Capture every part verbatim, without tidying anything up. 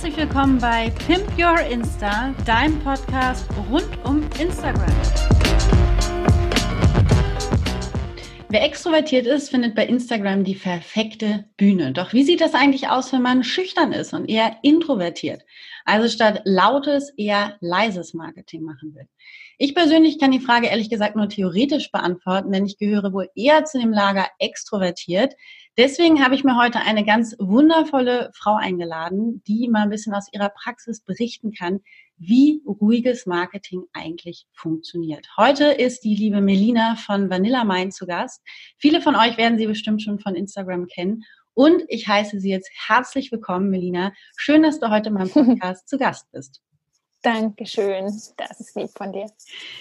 Herzlich willkommen bei Pimp Your Insta, deinem Podcast rund um Instagram. Wer extrovertiert ist, findet bei Instagram die perfekte Bühne. Doch wie sieht das eigentlich aus, wenn man schüchtern ist und eher introvertiert? Also statt lautes, eher leises Marketing machen will. Ich persönlich kann die Frage ehrlich gesagt nur theoretisch beantworten, denn ich gehöre wohl eher zu dem Lager extrovertiert. Deswegen habe ich mir heute eine ganz wundervolle Frau eingeladen, die mal ein bisschen aus ihrer Praxis berichten kann, wie ruhiges Marketing eigentlich funktioniert. Heute ist die liebe Melina von Vanilla Mind zu Gast. Viele von euch werden sie bestimmt schon von Instagram kennen. Und ich heiße sie jetzt herzlich willkommen, Melina. Schön, dass du heute in meinem Podcast zu Gast bist. Dankeschön, das ist lieb von dir.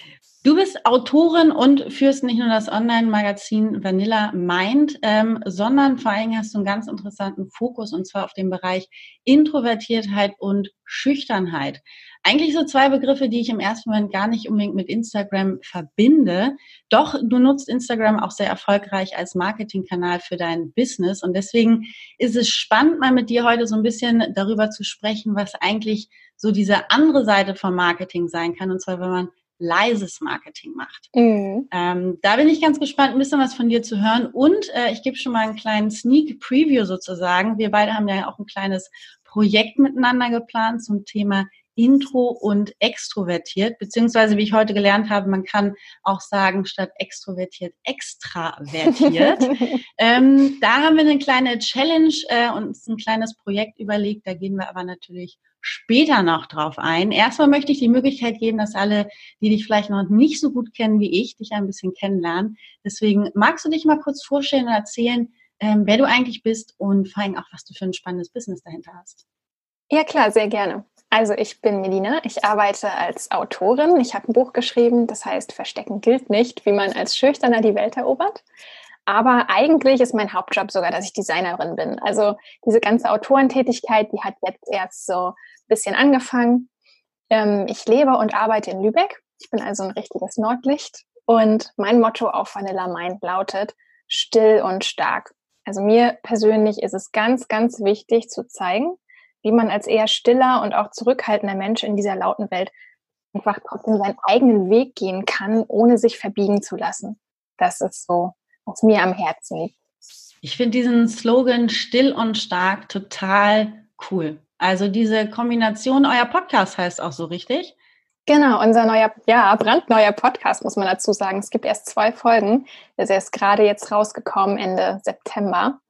Du bist Autorin und führst nicht nur das Online-Magazin Vanilla Mind, ähm, sondern vor allem hast du einen ganz interessanten Fokus, und zwar auf den Bereich Introvertiertheit und Schüchternheit. Eigentlich so zwei Begriffe, die ich im ersten Moment gar nicht unbedingt mit Instagram verbinde. Doch du nutzt Instagram auch sehr erfolgreich als Marketingkanal für dein Business. Und deswegen ist es spannend, mal mit dir heute so ein bisschen darüber zu sprechen, was eigentlich so diese andere Seite vom Marketing sein kann. Und zwar, wenn man leises Marketing macht. Mhm. Ähm, da bin ich ganz gespannt, ein bisschen was von dir zu hören. Und äh, ich gebe schon mal einen kleinen Sneak Preview sozusagen. Wir beide haben ja auch ein kleines Projekt miteinander geplant zum Thema Intro und extrovertiert, beziehungsweise wie ich heute gelernt habe, man kann auch sagen, statt extrovertiert, extravertiert. ähm, da haben wir eine kleine Challenge äh, und uns ein kleines Projekt überlegt. Da gehen wir aber natürlich später noch drauf ein. Erstmal möchte ich die Möglichkeit geben, dass alle, die dich vielleicht noch nicht so gut kennen wie ich, dich ein bisschen kennenlernen. Deswegen magst du dich mal kurz vorstellen und erzählen, ähm, wer du eigentlich bist und vor allem auch, was du für ein spannendes Business dahinter hast. Ja klar, sehr gerne. Also ich bin Melina, ich arbeite als Autorin. Ich habe ein Buch geschrieben, das heißt Verstecken gilt nicht, wie man als Schüchterner die Welt erobert. Aber eigentlich ist mein Hauptjob sogar, dass ich Designerin bin. Also diese ganze Autorentätigkeit, die hat jetzt erst so ein bisschen angefangen. Ähm, ich lebe und arbeite in Lübeck. Ich bin also ein richtiges Nordlicht. Und mein Motto auf Vanilla Mind lautet still und stark. Also mir persönlich ist es ganz, ganz wichtig zu zeigen, wie man als eher stiller und auch zurückhaltender Mensch in dieser lauten Welt einfach trotzdem seinen eigenen Weg gehen kann, ohne sich verbiegen zu lassen. Das ist so, was mir am Herzen liegt. Ich finde diesen Slogan still und stark total cool. Also diese Kombination, euer Podcast heißt auch so, richtig? Genau, unser neuer, ja, brandneuer Podcast, muss man dazu sagen. Es gibt erst zwei Folgen. Der ist erst gerade jetzt rausgekommen, Ende September.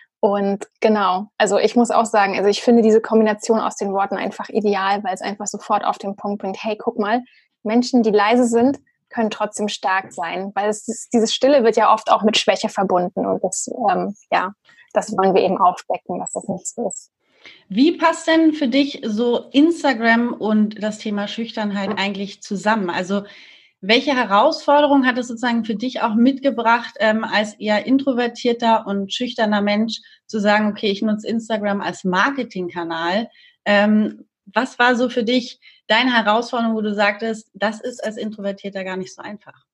Und genau, also ich muss auch sagen, also ich finde diese Kombination aus den Worten einfach ideal, weil es einfach sofort auf den Punkt bringt, hey, guck mal, Menschen, die leise sind, können trotzdem stark sein, weil es ist, dieses Stille wird ja oft auch mit Schwäche verbunden und das, ähm, ja, das wollen wir eben aufdecken, dass das nicht so ist. Wie passt denn für dich so Instagram und das Thema Schüchternheit eigentlich zusammen? Also welche Herausforderung hat es sozusagen für dich auch mitgebracht, ähm, als eher introvertierter und schüchterner Mensch zu sagen, okay, ich nutze Instagram als Marketingkanal. Ähm, was war so für dich deine Herausforderung, wo du sagtest, das ist als Introvertierter gar nicht so einfach?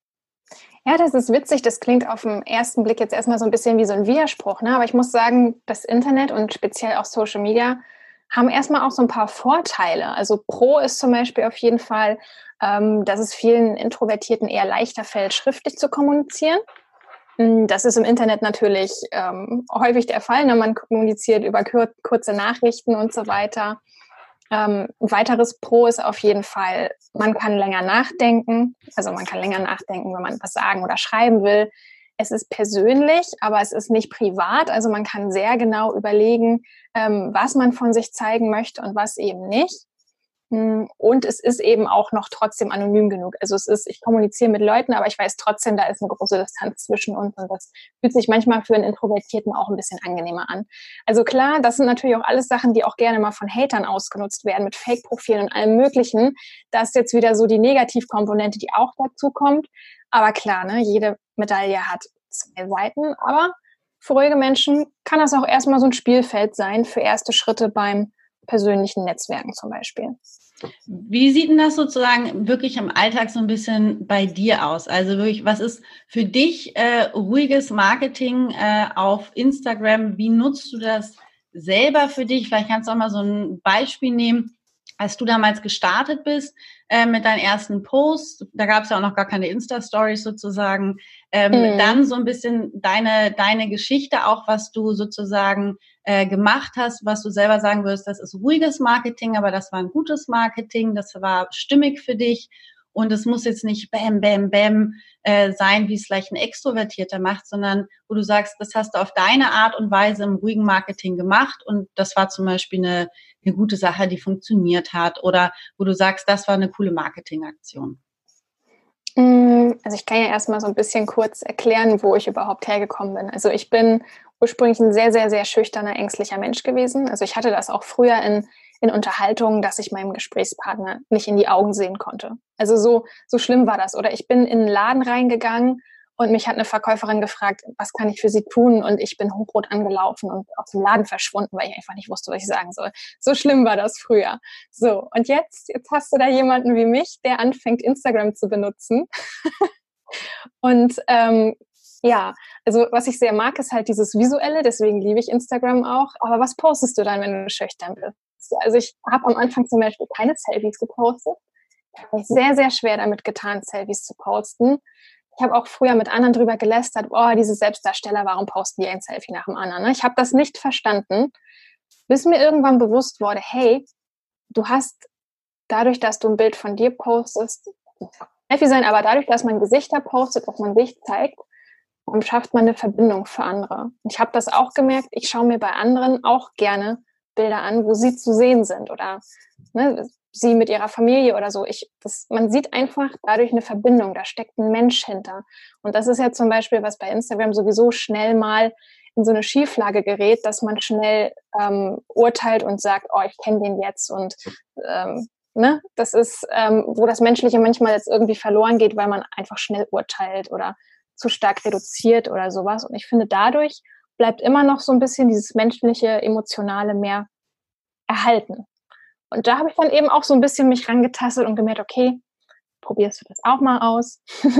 Ja, das ist witzig. Das klingt auf den ersten Blick jetzt erstmal so ein bisschen wie so ein Widerspruch, ne? Aber ich muss sagen, das Internet und speziell auch Social Media haben erstmal auch so ein paar Vorteile. Also Pro ist zum Beispiel auf jeden Fall, ähm, dass es vielen Introvertierten eher leichter fällt, schriftlich zu kommunizieren. Das ist im Internet natürlich ähm, häufig der Fall, ne? Man kommuniziert über kur- kurze Nachrichten und so weiter. Ähm, ein weiteres Pro ist auf jeden Fall, man kann länger nachdenken. Also man kann länger nachdenken, wenn man was sagen oder schreiben will. Es ist persönlich, aber es ist nicht privat. Also man kann sehr genau überlegen, ähm, was man von sich zeigen möchte und was eben nicht. Und es ist eben auch noch trotzdem anonym genug. Also es ist, ich kommuniziere mit Leuten, aber ich weiß trotzdem, da ist eine große Distanz zwischen uns und das fühlt sich manchmal für einen Introvertierten auch ein bisschen angenehmer an. Also klar, das sind natürlich auch alles Sachen, die auch gerne mal von Hatern ausgenutzt werden, mit Fake-Profilen und allem Möglichen. Das ist jetzt wieder so die Negativkomponente, die auch dazu kommt. Aber klar, ne, jede Medaille hat zwei Seiten. Aber für ruhige Menschen kann das auch erstmal so ein Spielfeld sein für erste Schritte beim persönlichen Netzwerken zum Beispiel. Wie sieht denn das sozusagen wirklich im Alltag so ein bisschen bei dir aus? Also wirklich, was ist für dich äh, ruhiges Marketing äh, auf Instagram? Wie nutzt du das selber für dich, vielleicht kannst du auch mal so ein Beispiel nehmen, als du damals gestartet bist äh, mit deinen ersten Posts, da gab es ja auch noch gar keine Insta-Stories sozusagen, ähm, mhm. dann so ein bisschen deine deine Geschichte auch, was du sozusagen äh, gemacht hast, was du selber sagen würdest, das ist ruhiges Marketing, aber das war ein gutes Marketing, das war stimmig für dich. Und es muss jetzt nicht bam, bam, bam äh, sein, wie es vielleicht ein Extrovertierter macht, sondern wo du sagst, das hast du auf deine Art und Weise im ruhigen Marketing gemacht und das war zum Beispiel eine, eine gute Sache, die funktioniert hat oder wo du sagst, das war eine coole Marketingaktion. Also ich kann ja erstmal so ein bisschen kurz erklären, wo ich überhaupt hergekommen bin. Also ich bin ursprünglich ein sehr, sehr, sehr schüchterner, ängstlicher Mensch gewesen. Also ich hatte das auch früher in in Unterhaltungen, dass ich meinem Gesprächspartner nicht in die Augen sehen konnte. Also so, so schlimm war das. Oder ich bin in einen Laden reingegangen und mich hat eine Verkäuferin gefragt, was kann ich für sie tun? Und ich bin hochrot angelaufen und aus dem Laden verschwunden, weil ich einfach nicht wusste, was ich sagen soll. So schlimm war das früher. So, und jetzt, jetzt hast du da jemanden wie mich, der anfängt, Instagram zu benutzen. und ähm, ja, also was ich sehr mag, ist halt dieses Visuelle, deswegen liebe ich Instagram auch. Aber was postest du dann, wenn du schüchtern bist? Also ich habe am Anfang zum Beispiel keine Selfies gepostet. Ich habe mich sehr, sehr schwer damit getan, Selfies zu posten. Ich habe auch früher mit anderen drüber gelästert, oh, diese Selbstdarsteller, warum posten die ein Selfie nach dem anderen? Ich habe das nicht verstanden, bis mir irgendwann bewusst wurde, hey, du hast dadurch, dass du ein Bild von dir postest, Selfie sein, aber dadurch, dass man Gesichter postet, dass man sich zeigt, dann schafft man eine Verbindung für andere. Ich habe das auch gemerkt, ich schaue mir bei anderen auch gerne Bilder an, wo sie zu sehen sind oder ne, sie mit ihrer Familie oder so. Ich, das, man sieht einfach dadurch eine Verbindung, da steckt ein Mensch hinter. Und das ist ja zum Beispiel, was bei Instagram sowieso schnell mal in so eine Schieflage gerät, dass man schnell ähm, urteilt und sagt, oh, ich kenne den jetzt und ähm, ne, das ist, ähm, wo das Menschliche manchmal jetzt irgendwie verloren geht, weil man einfach schnell urteilt oder zu stark reduziert oder sowas. Und ich finde, dadurch bleibt immer noch so ein bisschen dieses menschliche, emotionale mehr erhalten. Und da habe ich dann eben auch so ein bisschen mich rangetastet und gemerkt, okay, probierst du das auch mal aus?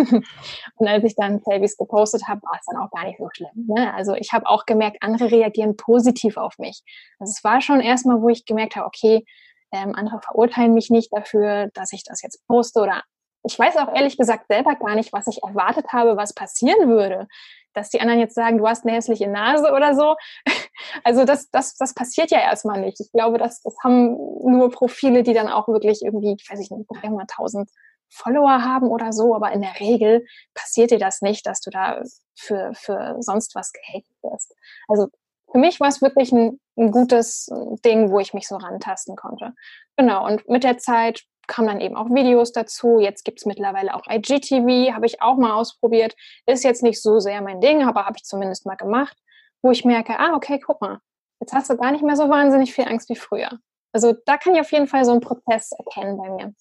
Und als ich dann Selfies gepostet habe, war es dann auch gar nicht so schlimm. Ne? Also ich habe auch gemerkt, andere reagieren positiv auf mich. Also es war schon erstmal, wo ich gemerkt habe, okay, ähm, andere verurteilen mich nicht dafür, dass ich das jetzt poste oder ich weiß auch ehrlich gesagt selber gar nicht, was ich erwartet habe, was passieren würde. Dass die anderen jetzt sagen, du hast eine hässliche Nase oder so. Also das, das, das passiert ja erstmal nicht. Ich glaube, das, das haben nur Profile, die dann auch wirklich irgendwie, weiß ich nicht, dreihunderttausend Follower haben oder so. Aber in der Regel passiert dir das nicht, dass du da für, für sonst was gehatet wirst. Also für mich war es wirklich ein, ein gutes Ding, wo ich mich so rantasten konnte. Genau, und mit der Zeit kamen dann eben auch Videos dazu. Jetzt gibt es mittlerweile auch I G T V, habe ich auch mal ausprobiert. Ist jetzt nicht so sehr mein Ding, aber habe ich zumindest mal gemacht, wo ich merke, ah, okay, guck mal, jetzt hast du gar nicht mehr so wahnsinnig viel Angst wie früher. Also da kann ich auf jeden Fall so einen Prozess erkennen bei mir.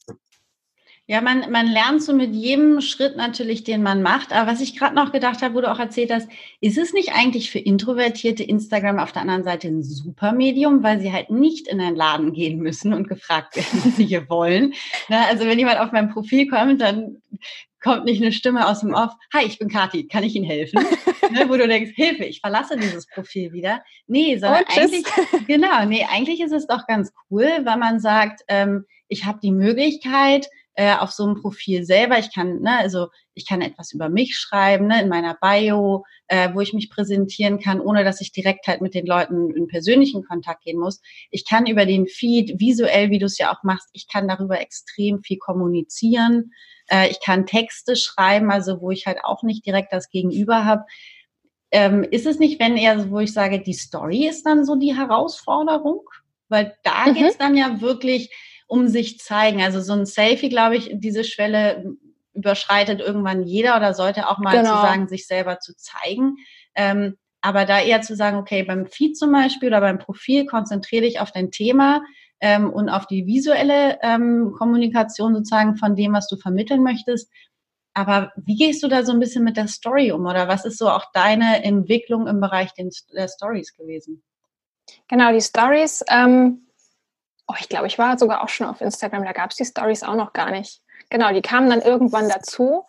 Ja, man, man lernt so mit jedem Schritt natürlich, den man macht. Aber was ich gerade noch gedacht habe, wo du auch erzählt hast, ist es nicht eigentlich für Introvertierte Instagram auf der anderen Seite ein super Medium, weil sie halt nicht in einen Laden gehen müssen und gefragt werden, was sie hier wollen. Na, also wenn jemand auf mein Profil kommt, dann kommt nicht eine Stimme aus dem Off, hi, ich bin Kathi, kann ich Ihnen helfen? Ne, wo du denkst, Hilfe, ich verlasse dieses Profil wieder. Nee, sondern oh, eigentlich, genau, nee, eigentlich ist es doch ganz cool, weil man sagt, ähm, ich habe die Möglichkeit, äh, auf so einem Profil selber, ich kann, ne, also ich kann etwas über mich schreiben, ne, in meiner Bio, äh, wo ich mich präsentieren kann, ohne dass ich direkt halt mit den Leuten in persönlichen Kontakt gehen muss. Ich kann über den Feed, visuell, wie du es ja auch machst, ich kann darüber extrem viel kommunizieren. Äh, ich kann Texte schreiben, also wo ich halt auch nicht direkt das Gegenüber habe. Ähm, ist es nicht, wenn eher, wo ich sage, die Story ist dann so die Herausforderung? Weil da mhm. geht's dann ja wirklich um sich zeigen. Also so ein Selfie, glaube ich, diese Schwelle überschreitet irgendwann jeder oder sollte auch mal genau. zu sagen, sich selber zu zeigen. Ähm, aber da eher zu sagen, okay, beim Feed zum Beispiel oder beim Profil konzentriere dich auf dein Thema ähm, und auf die visuelle ähm, Kommunikation sozusagen von dem, was du vermitteln möchtest. Aber wie gehst du da so ein bisschen mit der Story um? Oder was ist so auch deine Entwicklung im Bereich der Stories gewesen? Genau, die Stories, ähm Oh, ich glaube, ich war sogar auch schon auf Instagram, da gab es die Stories auch noch gar nicht. Genau, die kamen dann irgendwann dazu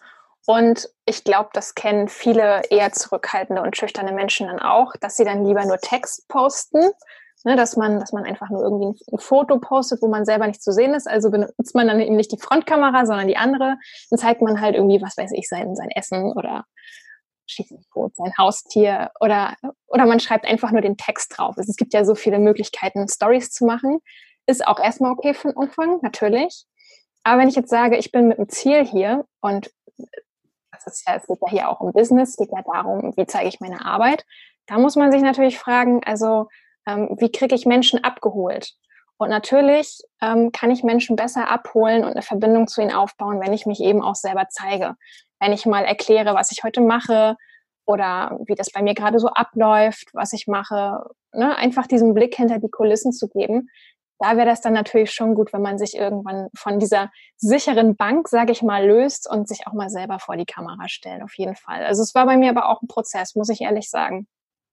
Und ich glaube, das kennen viele eher zurückhaltende und schüchterne Menschen dann auch, dass sie dann lieber nur Text posten, ne, dass man, dass man einfach nur irgendwie ein, ein Foto postet, wo man selber nicht zu sehen ist. Also benutzt man dann eben nicht die Frontkamera, sondern die andere. Dann zeigt man halt irgendwie, was weiß ich, sein, sein Essen oder schießt nicht tot, sein Haustier oder, oder man schreibt einfach nur den Text drauf. Also es gibt ja so viele Möglichkeiten, Stories zu machen. Ist auch erstmal okay für den Anfang, natürlich. Aber wenn ich jetzt sage, ich bin mit einem Ziel hier und das ist ja, es geht ja hier auch um Business, es geht ja darum, wie zeige ich meine Arbeit. Da muss man sich natürlich fragen, also ähm, wie kriege ich Menschen abgeholt? Und natürlich ähm, kann ich Menschen besser abholen und eine Verbindung zu ihnen aufbauen, wenn ich mich eben auch selber zeige. Wenn ich mal erkläre, was ich heute mache oder wie das bei mir gerade so abläuft, was ich mache, ne? Einfach diesen Blick hinter die Kulissen zu geben. Da wäre das dann natürlich schon gut, wenn man sich irgendwann von dieser sicheren Bank, sage ich mal, löst und sich auch mal selber vor die Kamera stellt, auf jeden Fall. Also es war bei mir aber auch ein Prozess, muss ich ehrlich sagen.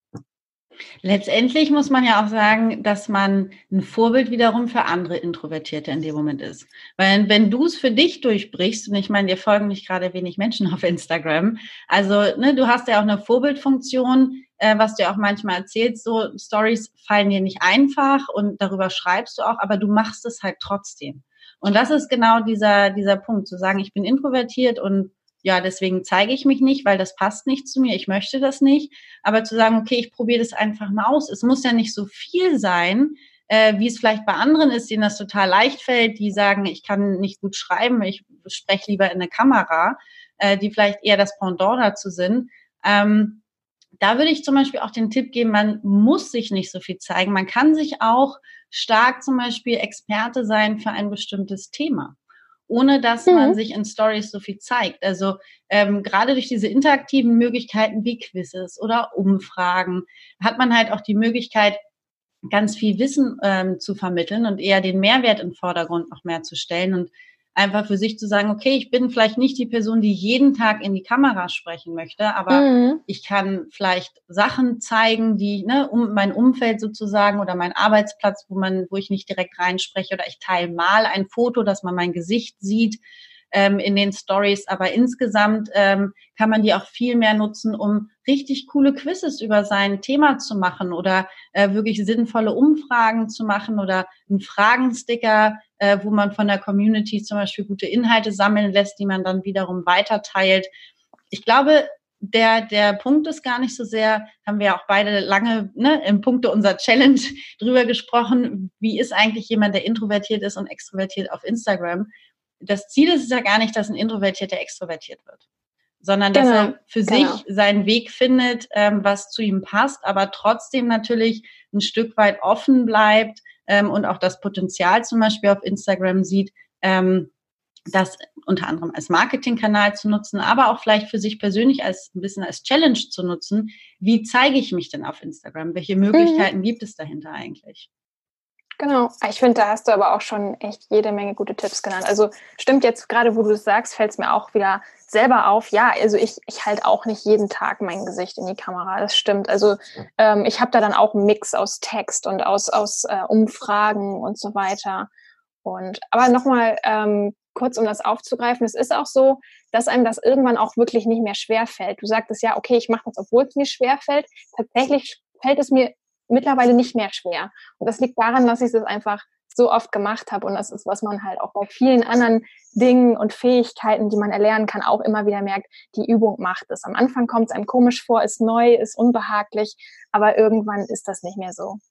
Letztendlich muss man ja auch sagen, dass man ein Vorbild wiederum für andere Introvertierte in dem Moment ist. Weil wenn du es für dich durchbrichst, und ich meine, dir folgen nicht gerade wenig Menschen auf Instagram, also ne, du hast ja auch eine Vorbildfunktion, äh, was du auch manchmal erzählst, so Stories fallen dir nicht einfach und darüber schreibst du auch, aber du machst es halt trotzdem. Und das ist genau dieser, dieser Punkt, zu sagen, ich bin introvertiert und ja, deswegen zeige ich mich nicht, weil das passt nicht zu mir, ich möchte das nicht. Aber zu sagen, okay, ich probiere das einfach mal aus. Es muss ja nicht so viel sein, äh, wie es vielleicht bei anderen ist, denen das total leicht fällt, die sagen, ich kann nicht gut schreiben, ich spreche lieber in eine Kamera, äh, die vielleicht eher das Pendant dazu sind. Ähm, da würde ich zum Beispiel auch den Tipp geben, man muss sich nicht so viel zeigen. Man kann sich auch stark zum Beispiel Experte sein für ein bestimmtes Thema, ohne dass man Mhm. sich in Stories so viel zeigt. Also ähm, gerade durch diese interaktiven Möglichkeiten wie Quizzes oder Umfragen hat man halt auch die Möglichkeit, ganz viel Wissen ähm, zu vermitteln und eher den Mehrwert im Vordergrund noch mehr zu stellen und einfach für sich zu sagen, okay, ich bin vielleicht nicht die Person, die jeden Tag in die Kamera sprechen möchte, aber Mhm. ich kann vielleicht Sachen zeigen, die, ne, um mein Umfeld sozusagen oder mein Arbeitsplatz, wo man, wo ich nicht direkt reinspreche, oder ich teile mal ein Foto, dass man mein Gesicht sieht ähm, in den Stories. Aber insgesamt ähm, kann man die auch viel mehr nutzen, um richtig coole Quizzes über sein Thema zu machen oder äh, wirklich sinnvolle Umfragen zu machen oder einen Fragensticker, äh, wo man von der Community zum Beispiel gute Inhalte sammeln lässt, die man dann wiederum weiterteilt. Ich glaube, der, der Punkt ist gar nicht so sehr, haben wir ja auch beide lange ne, im Punkte unserer Challenge drüber gesprochen, wie ist eigentlich jemand, der introvertiert ist und extrovertiert auf Instagram. Das Ziel ist es ja gar nicht, dass ein Introvertierter extrovertiert wird, sondern dass Genau, er für genau. sich seinen Weg findet, ähm, was zu ihm passt, aber trotzdem natürlich ein Stück weit offen bleibt ähm, und auch das Potenzial zum Beispiel auf Instagram sieht, ähm, das unter anderem als Marketingkanal zu nutzen, aber auch vielleicht für sich persönlich als ein bisschen als Challenge zu nutzen. Wie zeige ich mich denn auf Instagram? Welche Mhm. Möglichkeiten gibt es dahinter eigentlich? Genau. Ich finde, da hast du aber auch schon echt jede Menge gute Tipps genannt. Also stimmt jetzt gerade, wo du es sagst, fällt es mir auch wieder selber auf. Ja, also ich, ich halte auch nicht jeden Tag mein Gesicht in die Kamera. Das stimmt. Also ähm, ich habe da dann auch einen Mix aus Text und aus, aus äh, Umfragen und so weiter. Und aber nochmal ähm, kurz, um das aufzugreifen, es ist auch so, dass einem das irgendwann auch wirklich nicht mehr schwerfällt. Du sagtest ja, okay, ich mache das, obwohl es mir schwerfällt. Tatsächlich fällt es mir mittlerweile nicht mehr schwer. Und das liegt daran, dass ich es einfach so oft gemacht habe. Und das ist, was man halt auch bei vielen anderen Dingen und Fähigkeiten, die man erlernen kann, auch immer wieder merkt, die Übung macht es. Am Anfang kommt es einem komisch vor, ist neu, ist unbehaglich, aber irgendwann ist das nicht mehr so.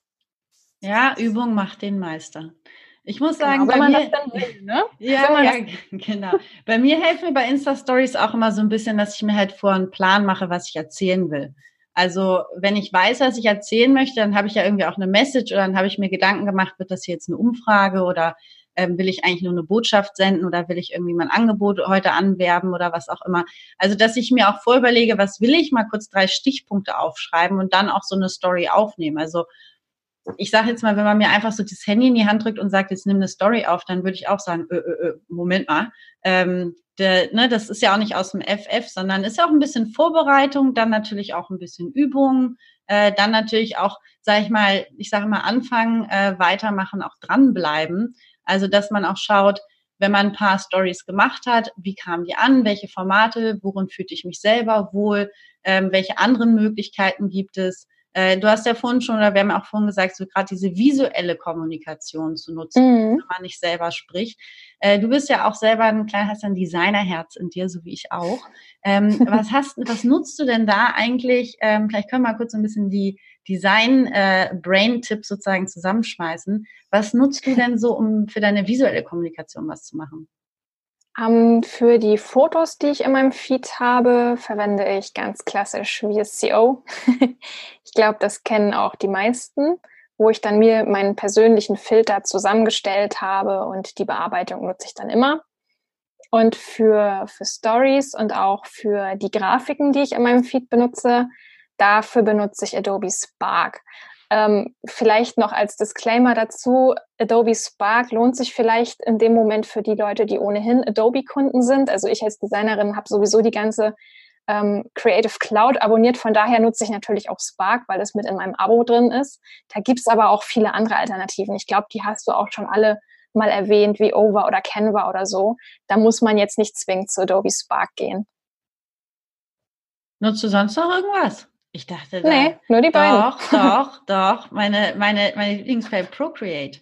Ja, Übung macht den Meister. Ich muss Genau, sagen, wenn bei man das mir, dann will, ne? Wenn ja, man ja, das genau. Bei mir helfen mir bei Insta-Stories auch immer so ein bisschen, dass ich mir halt vor einen Plan mache, was ich erzählen will. Also wenn ich weiß, was ich erzählen möchte, dann habe ich ja irgendwie auch eine Message oder dann habe ich mir Gedanken gemacht, wird das jetzt eine Umfrage oder ähm, will ich eigentlich nur eine Botschaft senden oder will ich irgendwie mein Angebot heute anwerben oder was auch immer. Also dass ich mir auch vorüberlege, was will ich, mal kurz drei Stichpunkte aufschreiben und dann auch so eine Story aufnehmen. Also ich sage jetzt mal, wenn man mir einfach so das Handy in die Hand drückt und sagt, jetzt nimm eine Story auf, dann würde ich auch sagen, ö, ö, ö, Moment mal. Ähm, der, ne, das ist ja auch nicht aus dem F F, sondern ist ja auch ein bisschen Vorbereitung, dann natürlich auch ein bisschen Übung, äh, dann natürlich auch, sage ich mal, ich sage mal anfangen, äh, weitermachen, auch dranbleiben. Also dass man auch schaut, wenn man ein paar Stories gemacht hat, wie kamen die an, welche Formate, worin fühlte ich mich selber wohl, ähm, welche anderen Möglichkeiten gibt es. Äh, du hast ja vorhin schon, oder wir haben auch vorhin gesagt, so gerade diese visuelle Kommunikation zu nutzen, Mhm. wenn man nicht selber spricht. Äh, du bist ja auch selber ein kleiner, hast ein Designerherz in dir, so wie ich auch. Ähm, was hast, was nutzt du denn da eigentlich? Ähm, vielleicht können wir mal kurz so ein bisschen die Design-Brain-Tipps äh, sozusagen zusammenschmeißen. Was nutzt du denn so, um für deine visuelle Kommunikation was zu machen? Um, für die Fotos, die ich in meinem Feed habe, verwende ich ganz klassisch V S C O. Ich glaube, das kennen auch die meisten, wo ich dann mir meinen persönlichen Filter zusammengestellt habe und die Bearbeitung nutze ich dann immer. Und für, für Stories und auch für die Grafiken, die ich in meinem Feed benutze, dafür benutze ich Adobe Spark. Ähm, vielleicht noch als Disclaimer dazu, Adobe Spark lohnt sich vielleicht in dem Moment für die Leute, die ohnehin Adobe-Kunden sind. Also ich als Designerin habe sowieso die ganze ähm, Creative Cloud abonniert, von daher nutze ich natürlich auch Spark, weil es mit in meinem Abo drin ist. Da gibt's aber auch viele andere Alternativen. Ich glaube, die hast du auch schon alle mal erwähnt, wie Over oder Canva oder so. Da muss man jetzt nicht zwingend zu Adobe Spark gehen. Nutzt du sonst noch irgendwas? Ich dachte da, Nee, nur die beiden. doch, doch, doch, meine, meine, meine Lieblingsfeld Procreate.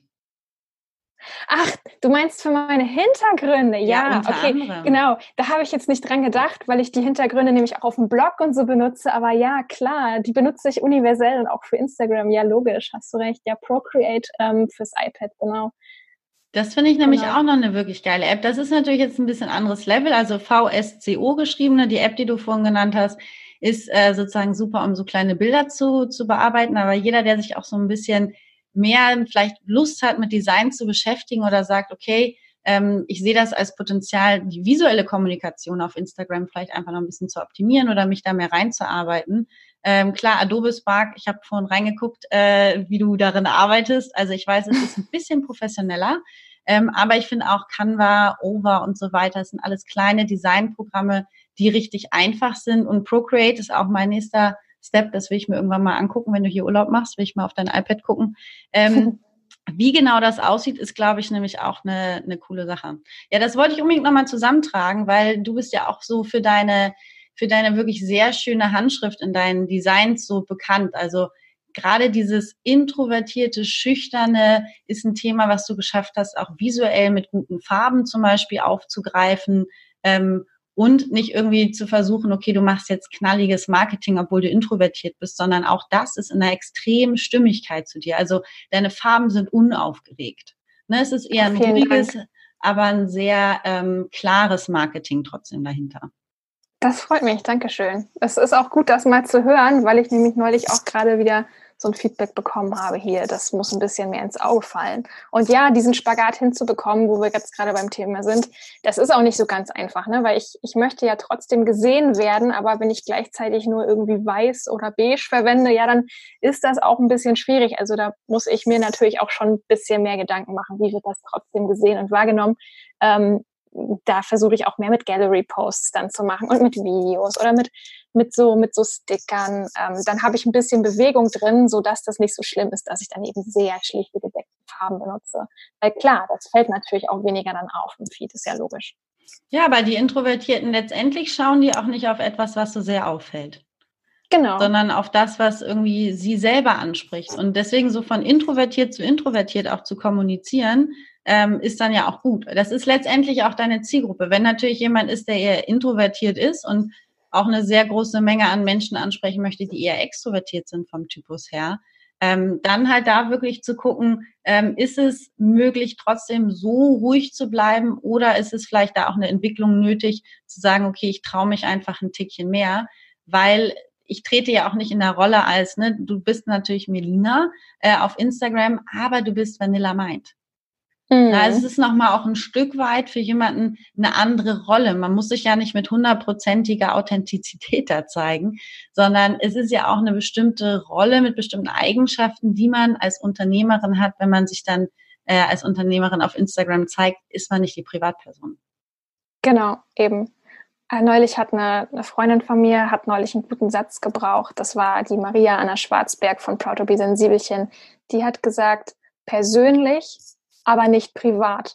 Ach, du meinst für meine Hintergründe? Ja, Ja, unter okay, anderem. genau. Da habe ich jetzt nicht dran gedacht, weil ich die Hintergründe nämlich auch auf dem Blog und so benutze. Aber ja, klar, die benutze ich universell und auch für Instagram. Ja, logisch, hast du recht. Ja, Procreate ähm, fürs iPad, genau. Das finde ich nämlich Genau. auch noch eine wirklich geile App. Das ist natürlich jetzt ein bisschen anderes Level, also V S C O geschriebene, die App, die du vorhin genannt hast, ist äh, sozusagen super, um so kleine Bilder zu, zu bearbeiten. Aber jeder, der sich auch so ein bisschen mehr vielleicht Lust hat, mit Design zu beschäftigen oder sagt, okay, ähm, ich sehe das als Potenzial, die visuelle Kommunikation auf Instagram vielleicht einfach noch ein bisschen zu optimieren oder mich da mehr reinzuarbeiten. Ähm, klar, Adobe Spark, ich habe vorhin reingeguckt, äh, wie du darin arbeitest. Also ich weiß, es ist ein bisschen professioneller. Ähm, aber ich finde auch Canva, Over und so weiter, das sind alles kleine Designprogramme, die richtig einfach sind. Und Procreate ist auch mein nächster Step. Das will ich mir irgendwann mal angucken. Wenn du hier Urlaub machst, will ich mal auf dein iPad gucken. Ähm, wie genau das aussieht, ist, glaube ich, nämlich auch eine, eine coole Sache. Ja, das wollte ich unbedingt nochmal zusammentragen, weil du bist ja auch so für deine, für deine wirklich sehr schöne Handschrift in deinen Designs so bekannt. Also gerade dieses introvertierte, schüchterne ist ein Thema, was du geschafft hast, auch visuell mit guten Farben zum Beispiel aufzugreifen. Ähm, und nicht irgendwie zu versuchen, okay, du machst jetzt knalliges Marketing, obwohl du introvertiert bist, sondern auch das ist in einer extremen Stimmigkeit zu dir. Also deine Farben sind unaufgeregt. Ne, es ist eher ein Vielen ruhiges, Dank. aber ein sehr ähm, klares Marketing trotzdem dahinter. Das freut mich, Dankeschön. Es ist auch gut, das mal zu hören, weil ich nämlich neulich auch gerade wieder so ein Feedback bekommen habe hier. Das muss ein bisschen mehr ins Auge fallen. Und ja, diesen Spagat hinzubekommen, wo wir jetzt gerade beim Thema sind, das ist auch nicht so ganz einfach, ne? Weil ich, ich möchte ja trotzdem gesehen werden, aber wenn ich gleichzeitig nur irgendwie weiß oder beige verwende, ja, dann ist das auch ein bisschen schwierig. Also da muss ich mir natürlich auch schon ein bisschen mehr Gedanken machen, wie wird das trotzdem gesehen und wahrgenommen. Ähm, da versuche ich auch mehr mit Gallery-Posts dann zu machen und mit Videos oder mit, mit so, mit so Stickern. Ähm, dann habe ich ein bisschen Bewegung drin, sodass das nicht so schlimm ist, dass ich dann eben sehr schlichte gedeckte Farben benutze. Weil klar, das fällt natürlich auch weniger dann auf im Feed, ist ja logisch. Ja, aber die Introvertierten letztendlich schauen die auch nicht auf etwas, was so sehr auffällt. Genau. Sondern auf das, was irgendwie sie selber anspricht. Und deswegen so von introvertiert zu introvertiert auch zu kommunizieren, ähm, ist dann ja auch gut. Das ist letztendlich auch deine Zielgruppe. Wenn natürlich jemand ist, der eher introvertiert ist und auch eine sehr große Menge an Menschen ansprechen möchte, die eher extrovertiert sind vom Typus her, ähm, dann halt da wirklich zu gucken, ähm, ist es möglich, trotzdem so ruhig zu bleiben oder ist es vielleicht da auch eine Entwicklung nötig, zu sagen, okay, ich traue mich einfach ein Tickchen mehr, weil ich trete ja auch nicht in der Rolle als, ne, du bist natürlich Melina äh, auf Instagram, aber du bist Vanilla Mind. Mhm. Na, also es ist nochmal auch ein Stück weit für jemanden eine andere Rolle. Man muss sich ja nicht mit hundertprozentiger Authentizität da zeigen, sondern es ist ja auch eine bestimmte Rolle mit bestimmten Eigenschaften, die man als Unternehmerin hat. Wenn man sich dann äh, als Unternehmerin auf Instagram zeigt, ist man nicht die Privatperson. Genau, eben. Äh, neulich hat eine, eine Freundin von mir, hat neulich einen guten Satz gebraucht. Das war die Maria Anna Schwarzberg von Proud to be Sensibelchen. Die hat gesagt, persönlich, aber nicht privat.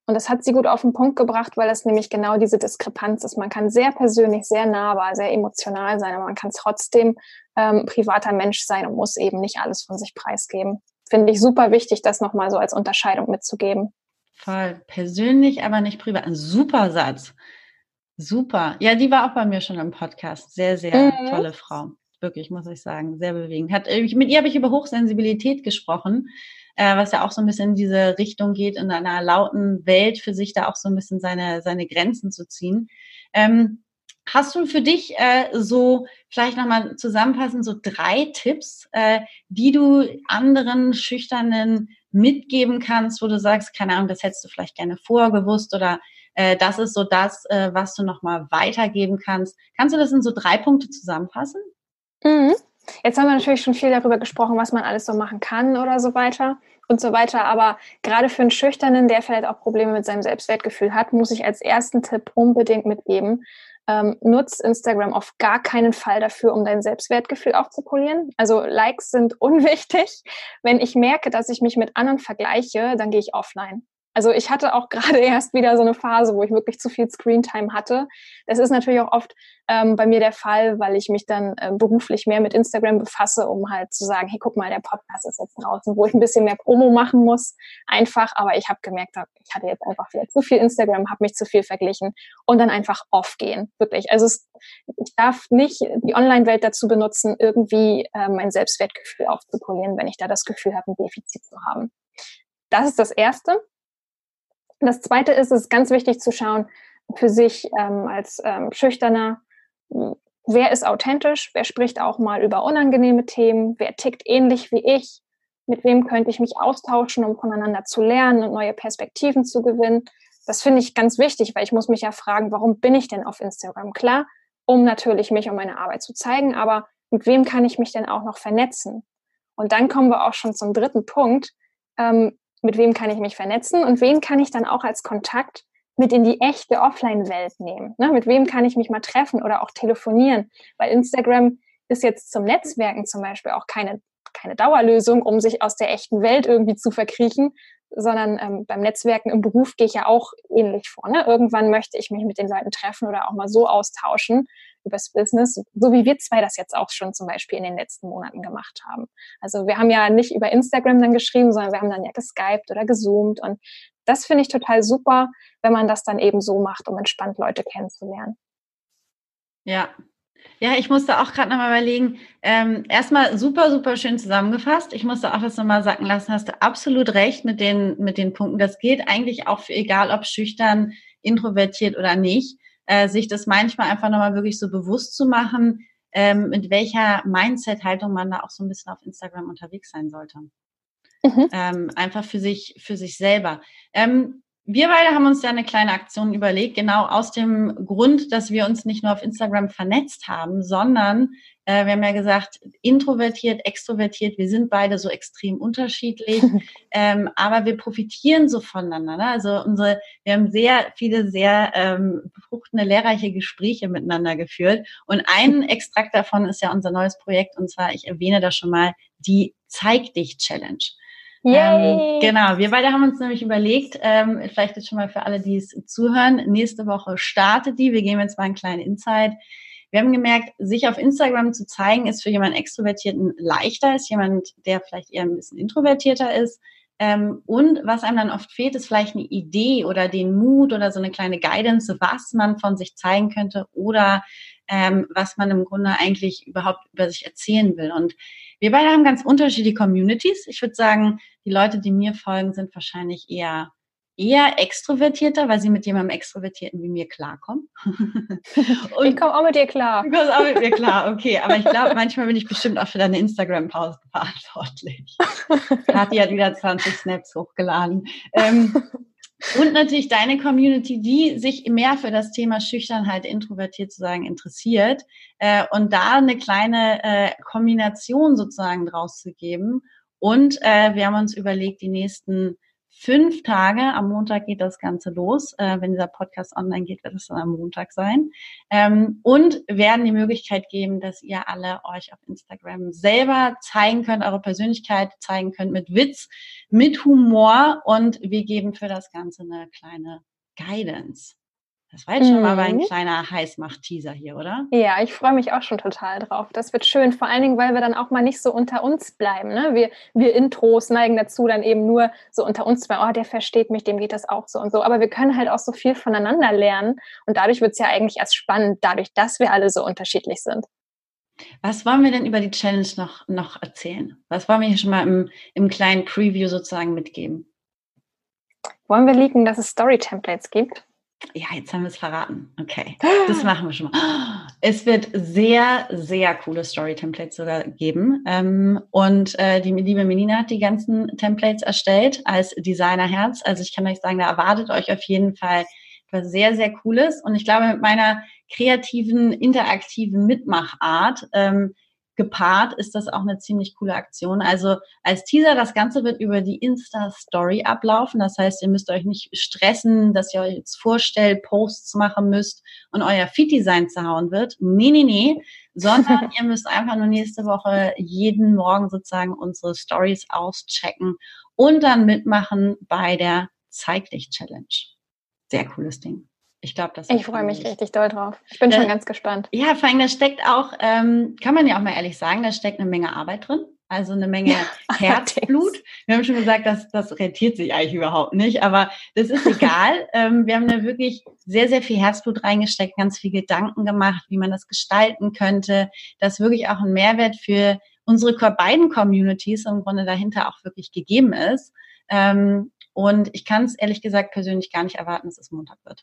Und das hat sie gut auf den Punkt gebracht, weil das nämlich genau diese Diskrepanz ist. Man kann sehr persönlich, sehr nahbar, sehr emotional sein, aber man kann trotzdem ähm, privater Mensch sein und muss eben nicht alles von sich preisgeben. Finde ich super wichtig, das nochmal so als Unterscheidung mitzugeben. Voll. Persönlich, aber nicht privat. Ein super Satz. Super. Ja, die war auch bei mir schon im Podcast. Sehr, sehr Mhm. tolle Frau. Wirklich, muss ich sagen. Sehr bewegend. Hat, mit ihr habe ich über Hochsensibilität gesprochen, äh, was ja auch so ein bisschen in diese Richtung geht, in einer lauten Welt für sich da auch so ein bisschen seine, seine Grenzen zu ziehen. Ähm, hast du für dich äh, so, vielleicht nochmal zusammenfassend, so drei Tipps, äh, die du anderen Schüchternen mitgeben kannst, wo du sagst, keine Ahnung, das hättest du vielleicht gerne vorher gewusst oder äh, das ist so das, äh, was du nochmal weitergeben kannst. Kannst du das in so drei Punkte zusammenfassen? Mhm. Jetzt haben wir natürlich schon viel darüber gesprochen, was man alles so machen kann oder so weiter und so weiter. Aber gerade für einen Schüchternen, der vielleicht auch Probleme mit seinem Selbstwertgefühl hat, muss ich als ersten Tipp unbedingt mitgeben, ähm, nutz Instagram auf gar keinen Fall dafür, um dein Selbstwertgefühl aufzupolieren. Also Likes sind unwichtig. Wenn ich merke, dass ich mich mit anderen vergleiche, dann gehe ich offline. Also ich hatte auch gerade erst wieder so eine Phase, wo ich wirklich zu viel Screentime hatte. Das ist natürlich auch oft ähm, bei mir der Fall, weil ich mich dann äh, beruflich mehr mit Instagram befasse, um halt zu sagen, hey, guck mal, der Podcast ist jetzt draußen, wo ich ein bisschen mehr Promo machen muss. Einfach, aber ich habe gemerkt, ich hatte jetzt einfach wieder zu viel Instagram, habe mich zu viel verglichen und dann einfach off gehen, wirklich. Also es, ich darf nicht die Online-Welt dazu benutzen, irgendwie äh, mein Selbstwertgefühl aufzupolieren, wenn ich da das Gefühl habe, ein Defizit zu haben. Das ist das Erste. Das Zweite ist, es ist ganz wichtig zu schauen für sich ähm, als ähm, Schüchterner, wer ist authentisch, wer spricht auch mal über unangenehme Themen, wer tickt ähnlich wie ich, mit wem könnte ich mich austauschen, um voneinander zu lernen und neue Perspektiven zu gewinnen. Das finde ich ganz wichtig, weil ich muss mich ja fragen, warum bin ich denn auf Instagram? Klar, um natürlich mich und meine Arbeit zu zeigen, aber mit wem kann ich mich denn auch noch vernetzen? Und dann kommen wir auch schon zum dritten Punkt. Ähm, mit wem kann ich mich vernetzen und wen kann ich dann auch als Kontakt mit in die echte Offline-Welt nehmen? Ne? Mit wem kann ich mich mal treffen oder auch telefonieren? Weil Instagram ist jetzt zum Netzwerken zum Beispiel auch keine, keine Dauerlösung, um sich aus der echten Welt irgendwie zu verkriechen, sondern ähm, beim Netzwerken im Beruf gehe ich ja auch ähnlich vor. Ne? Irgendwann möchte ich mich mit den Leuten treffen oder auch mal so austauschen übers Business, so wie wir zwei das jetzt auch schon zum Beispiel in den letzten Monaten gemacht haben. Also wir haben ja nicht über Instagram dann geschrieben, sondern wir haben dann ja geskypt oder gezoomt und das finde ich total super, wenn man das dann eben so macht, um entspannt Leute kennenzulernen. Ja. Ja, ich musste auch gerade nochmal überlegen, ähm, erstmal super, super schön zusammengefasst. Ich musste auch das nochmal sacken lassen, hast du absolut recht mit den, mit den Punkten. Das gilt eigentlich auch für, egal ob schüchtern, introvertiert oder nicht, äh, sich das manchmal einfach nochmal wirklich so bewusst zu machen, ähm, mit welcher Mindset-Haltung man da auch so ein bisschen auf Instagram unterwegs sein sollte. Mhm. Ähm, einfach für sich, für sich selber. Ähm, Wir beide haben uns ja eine kleine Aktion überlegt, genau aus dem Grund, dass wir uns nicht nur auf Instagram vernetzt haben, sondern äh, wir haben ja gesagt, introvertiert, extrovertiert, wir sind beide so extrem unterschiedlich, ähm, aber wir profitieren so voneinander. Ne? Also unsere, wir haben sehr viele, sehr ähm, befruchtende, lehrreiche Gespräche miteinander geführt und ein Extrakt davon ist ja unser neues Projekt und zwar, ich erwähne das schon mal, die Zeig dich Challenge. Ähm, genau, wir beide haben uns nämlich überlegt, ähm, vielleicht jetzt schon mal für alle, die es zuhören, nächste Woche startet die, wir geben jetzt mal einen kleinen Insight. Wir haben gemerkt, sich auf Instagram zu zeigen, ist für jemanden Extrovertierten leichter, ist jemand, der vielleicht eher ein bisschen introvertierter ist. Ähm, und was einem dann oft fehlt, ist vielleicht eine Idee oder den Mut oder so eine kleine Guidance, was man von sich zeigen könnte oder ähm, was man im Grunde eigentlich überhaupt über sich erzählen will. Und wir beide haben ganz unterschiedliche Communities. Ich würde sagen, die Leute, die mir folgen, sind wahrscheinlich eher eher extrovertierter, weil sie mit jemandem Extrovertierten wie mir klarkommen. Und ich komme auch mit dir klar. Du kommst auch mit mir klar, okay. Aber ich glaube, manchmal bin ich bestimmt auch für deine Instagram-Pause verantwortlich. Kathi hat wieder zwanzig Snaps hochgeladen. Ähm, und natürlich deine Community, die sich mehr für das Thema Schüchternheit, introvertiert zu sagen, interessiert. Äh, und da eine kleine äh, Kombination sozusagen draus zu geben. Und äh, wir haben uns überlegt, die nächsten fünf Tage. Am Montag geht das Ganze los. Äh, wenn dieser Podcast online geht, wird es dann am Montag sein. Ähm, und werden die Möglichkeit geben, dass ihr alle euch auf Instagram selber zeigen könnt, eure Persönlichkeit zeigen könnt mit Witz, mit Humor. Und wir geben für das Ganze eine kleine Guidance. Das war jetzt schon mal ein kleiner Heißmacht-Teaser hier, oder? Ja, ich freue mich auch schon total drauf. Das wird schön, vor allen Dingen, weil wir dann auch mal nicht so unter uns bleiben. Ne? Wir, wir Intros neigen dazu, dann eben nur so unter uns zu bleiben. Oh, der versteht mich, dem geht das auch so und so. Aber wir können halt auch so viel voneinander lernen. Und dadurch wird es ja eigentlich erst spannend, dadurch, dass wir alle so unterschiedlich sind. Was wollen wir denn über die Challenge noch, noch erzählen? Was wollen wir hier schon mal im, im kleinen Preview sozusagen mitgeben? Wollen wir leaken, dass es Story-Templates gibt? Ja, jetzt haben wir es verraten. Okay, das machen wir schon mal. Es wird sehr, sehr coole Story-Templates sogar geben. Und die liebe Melina hat die ganzen Templates erstellt als Designerherz. Also ich kann euch sagen, da erwartet euch auf jeden Fall etwas sehr, sehr Cooles. Und ich glaube, mit meiner kreativen, interaktiven Mitmachart ähm, gepaart ist das auch eine ziemlich coole Aktion. Also als Teaser, das Ganze wird über die Insta-Story ablaufen. Das heißt, ihr müsst euch nicht stressen, dass ihr euch jetzt vorstellt, Posts machen müsst und euer Feed-Design zerhauen wird. Nee, nee, nee. Sondern ihr müsst einfach nur nächste Woche jeden Morgen sozusagen unsere Stories auschecken und dann mitmachen bei der Zeig dich Challenge. Sehr cooles Ding. Ich glaube, das. Ich freue mich richtig doll drauf. Ich bin schon ganz gespannt. Ja, vor allem, da steckt auch, ähm, kann man ja auch mal ehrlich sagen, da steckt eine Menge Arbeit drin. Also eine Menge ja, Herzblut. Wir haben schon gesagt, dass das rentiert sich eigentlich überhaupt nicht, aber das ist egal. ähm, wir haben da wirklich sehr, sehr viel Herzblut reingesteckt, ganz viel Gedanken gemacht, wie man das gestalten könnte, dass wirklich auch ein Mehrwert für unsere beiden Communities im Grunde dahinter auch wirklich gegeben ist. Ähm, und ich kann es ehrlich gesagt persönlich gar nicht erwarten, dass es Montag wird.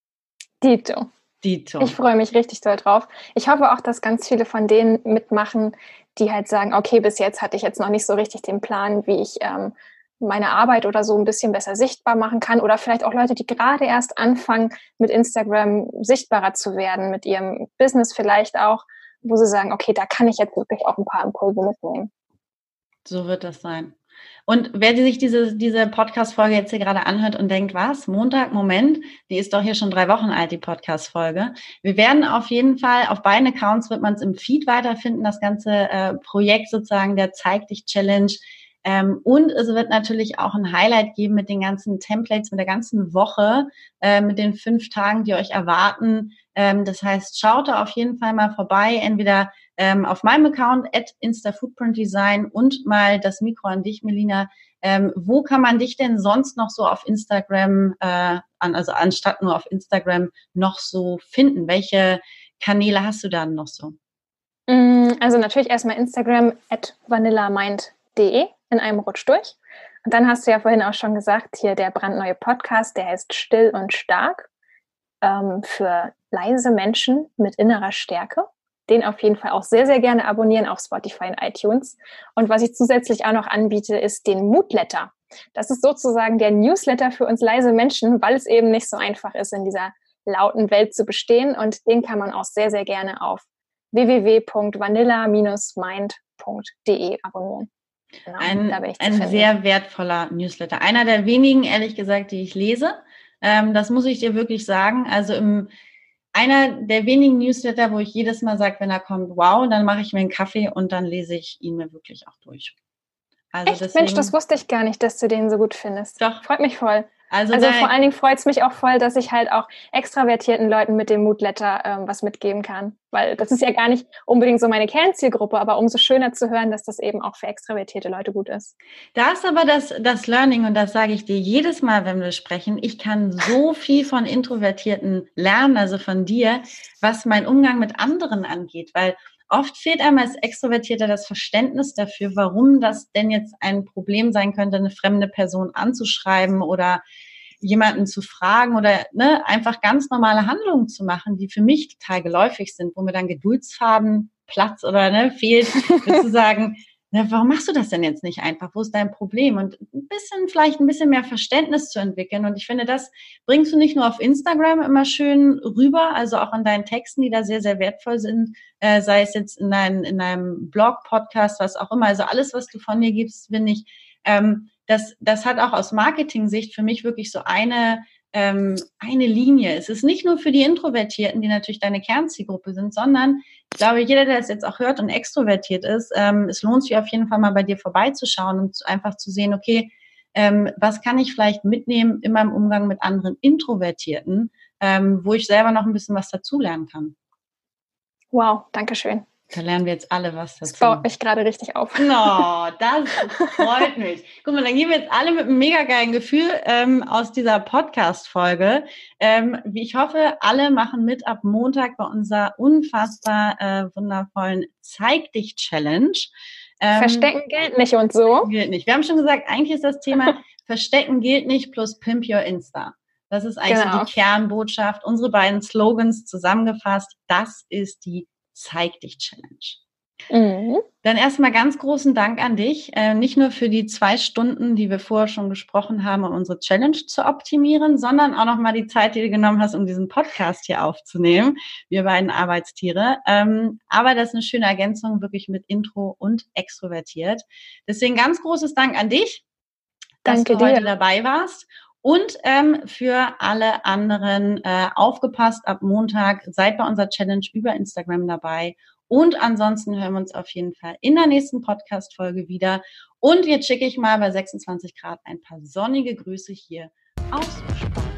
Dito. Dito. Ich freue mich richtig doll drauf. Ich hoffe auch, dass ganz viele von denen mitmachen, die halt sagen, okay, bis jetzt hatte ich jetzt noch nicht so richtig den Plan, wie ich ähm, meine Arbeit oder so ein bisschen besser sichtbar machen kann. Oder vielleicht auch Leute, die gerade erst anfangen, mit Instagram sichtbarer zu werden, mit ihrem Business vielleicht auch, wo sie sagen, okay, da kann ich jetzt wirklich auch ein paar Impulse mitnehmen. So wird das sein. Und wer sich diese, diese Podcast-Folge jetzt hier gerade anhört und denkt, was, Montag, Moment, die ist doch hier schon drei Wochen alt, die Podcast-Folge. Wir werden auf jeden Fall, auf beiden Accounts wird man es im Feed weiterfinden, das ganze äh, Projekt sozusagen, der Zeig dich Challenge. Ähm, und es wird natürlich auch ein Highlight geben mit den ganzen Templates, mit der ganzen Woche, äh, mit den fünf Tagen, die euch erwarten. Ähm, das heißt, schaut da auf jeden Fall mal vorbei, entweder ähm, auf meinem Account at instafootprintdesign und mal das Mikro an dich, Melina. Ähm, wo kann man dich denn sonst noch so auf Instagram, äh, an, also anstatt nur auf Instagram, noch so finden? Welche Kanäle hast du da noch so? Also natürlich erstmal Instagram at vanillamind punkt de in einem Rutsch durch. Und dann hast du ja vorhin auch schon gesagt, hier der brandneue Podcast, der heißt Still und Stark, ähm, für leise Menschen mit innerer Stärke. Den auf jeden Fall auch sehr, sehr gerne abonnieren auf Spotify und iTunes. Und was ich zusätzlich auch noch anbiete, ist den Moodletter. Das ist sozusagen der Newsletter für uns leise Menschen, weil es eben nicht so einfach ist, in dieser lauten Welt zu bestehen. Und den kann man auch sehr, sehr gerne auf w w w punkt vanilla Bindestrich mind punkt de abonnieren. Genau, ein ein sehr wertvoller Newsletter. Einer der wenigen, ehrlich gesagt, die ich lese. Ähm, das muss ich dir wirklich sagen. Also im einer der wenigen Newsletter, wo ich jedes Mal sage, wenn er kommt, wow, dann mache ich mir einen Kaffee und dann lese ich ihn mir wirklich auch durch. Also echt? Deswegen, Mensch, das wusste ich gar nicht, dass du den so gut findest. Doch. Freut mich voll. Also, also vor allen Dingen freut es mich auch voll, dass ich halt auch extravertierten Leuten mit dem Moodletter ähm, was mitgeben kann. Weil das ist ja gar nicht unbedingt so meine Kernzielgruppe, aber umso schöner zu hören, dass das eben auch für extravertierte Leute gut ist. Da ist aber das, das Learning, und das sage ich dir jedes Mal, wenn wir sprechen, ich kann so viel von Introvertierten lernen, also von dir, was mein Umgang mit anderen angeht, weil oft fehlt einem als Extrovertierter das Verständnis dafür, warum das denn jetzt ein Problem sein könnte, eine fremde Person anzuschreiben oder jemanden zu fragen oder ne, einfach ganz normale Handlungen zu machen, die für mich total geläufig sind, wo mir dann Geduldsfaden Platz oder ne, fehlt, zu sagen, na, warum machst du das denn jetzt nicht einfach? Wo ist dein Problem? Und ein bisschen, vielleicht ein bisschen mehr Verständnis zu entwickeln. Und ich finde, das bringst du nicht nur auf Instagram immer schön rüber, also auch in deinen Texten, die da sehr, sehr wertvoll sind, äh, sei es jetzt in, dein, in deinem Blog, Podcast, was auch immer. Also alles, was du von dir gibst, finde ich, Ähm, das, das hat auch aus Marketing-Sicht für mich wirklich so eine, ähm, eine Linie. Es ist nicht nur für die Introvertierten, die natürlich deine Kernzielgruppe sind, sondern ich glaube, jeder, der das jetzt auch hört und extrovertiert ist, ähm, es lohnt sich auf jeden Fall mal bei dir vorbeizuschauen und zu, einfach zu sehen, okay, ähm, was kann ich vielleicht mitnehmen in meinem Umgang mit anderen Introvertierten, ähm, wo ich selber noch ein bisschen was dazulernen kann. Wow, danke schön. Da lernen wir jetzt alle was dazu. Das baut mich gerade richtig auf. No, das freut mich. Guck mal, dann gehen wir jetzt alle mit einem mega geilen Gefühl ähm, aus dieser Podcast-Folge. Ähm, ich hoffe, alle machen mit ab Montag bei unserer unfassbar äh, wundervollen Zeig dich Challenge. Ähm, Verstecken gilt nicht und so. Gilt nicht. Wir haben schon gesagt, eigentlich ist das Thema Verstecken gilt nicht plus Pimp Your Insta. Das ist eigentlich genau. so die Kernbotschaft. Unsere beiden Slogans zusammengefasst. Das ist die Zeig dich Challenge. Mhm. Dann erstmal ganz großen Dank an dich, äh, nicht nur für die zwei Stunden, die wir vorher schon gesprochen haben, um unsere Challenge zu optimieren, sondern auch nochmal die Zeit, die du genommen hast, um diesen Podcast hier aufzunehmen, wir beiden Arbeitstiere. Ähm, aber das ist eine schöne Ergänzung, wirklich mit Intro und extrovertiert. Deswegen ganz großes Dank an dich, dass Danke du heute dir. dabei warst. Und ähm, für alle anderen äh, aufgepasst, ab Montag seid bei unserer Challenge über Instagram dabei. Und ansonsten hören wir uns auf jeden Fall in der nächsten Podcast-Folge wieder. Und jetzt schicke ich mal bei sechsundzwanzig Grad ein paar sonnige Grüße hier aus Spanien.